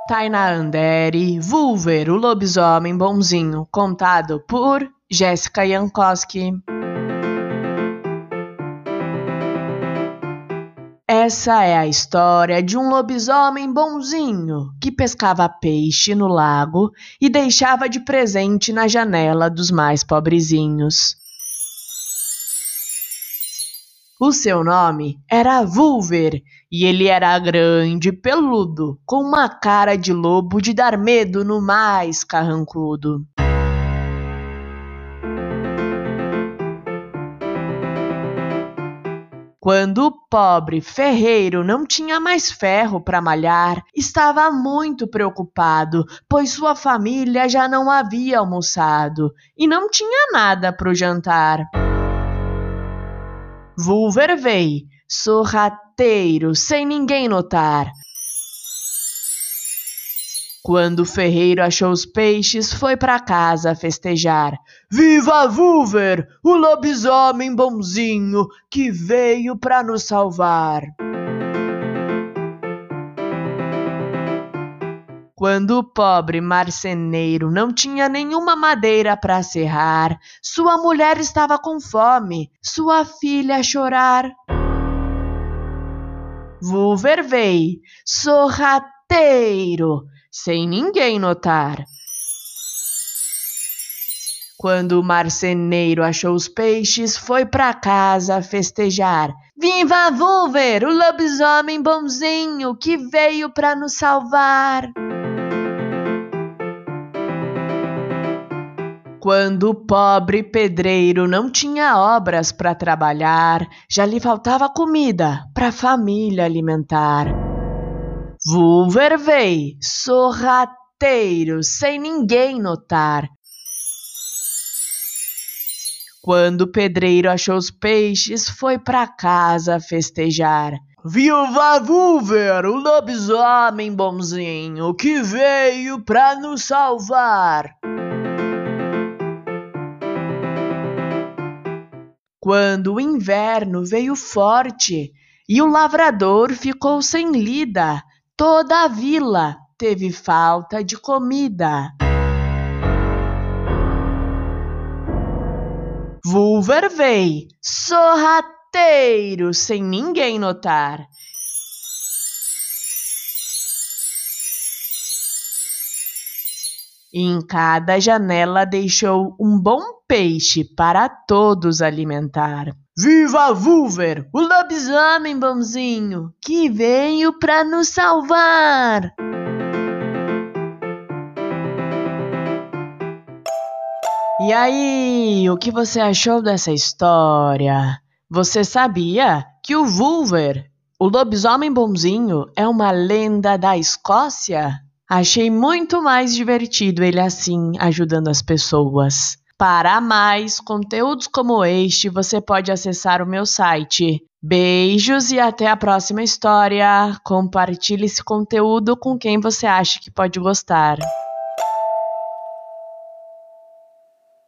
Tainá Andere, Wulver, o lobisomem bonzinho, contado por Jéssica Jankowski. Essa é a história de um lobisomem bonzinho que pescava peixe no lago e deixava de presente na janela dos mais pobrezinhos. O seu nome era Wulver e ele era grande, peludo, com uma cara de lobo de dar medo no mais carrancudo. Quando o pobre ferreiro não tinha mais ferro para malhar, estava muito preocupado, pois sua família já não havia almoçado e não tinha nada para o jantar. Wulver veio, sorrateiro, sem ninguém notar. Quando o ferreiro achou os peixes, foi para casa festejar. Viva Wulver, o lobisomem bonzinho que veio para nos salvar! Quando o pobre marceneiro não tinha nenhuma madeira para serrar, sua mulher estava com fome, sua filha a chorar. Wulver veio, sorrateiro, sem ninguém notar. Quando o marceneiro achou os peixes, foi para casa festejar. Viva Wulver, o lobisomem bonzinho que veio para nos salvar! Quando o pobre pedreiro não tinha obras para trabalhar, já lhe faltava comida para a família alimentar. Wulver veio, sorrateiro, sem ninguém notar. Quando o pedreiro achou os peixes, foi para casa festejar. Viva Wulver, o lobisomem bonzinho que veio para nos salvar! Quando o inverno veio forte e o lavrador ficou sem lida, toda a vila teve falta de comida. Wulver veio, sorrateiro, sem ninguém notar. Em cada janela deixou um bom peixe para todos alimentar. Viva Wulver, o lobisomem bonzinho que veio para nos salvar! E aí, o que você achou dessa história? Você sabia que o Wulver, o lobisomem bonzinho, é uma lenda da Escócia? Achei muito mais divertido ele assim, ajudando as pessoas. Para mais conteúdos como este, você pode acessar o meu site. Beijos e até a próxima história. Compartilhe esse conteúdo com quem você acha que pode gostar.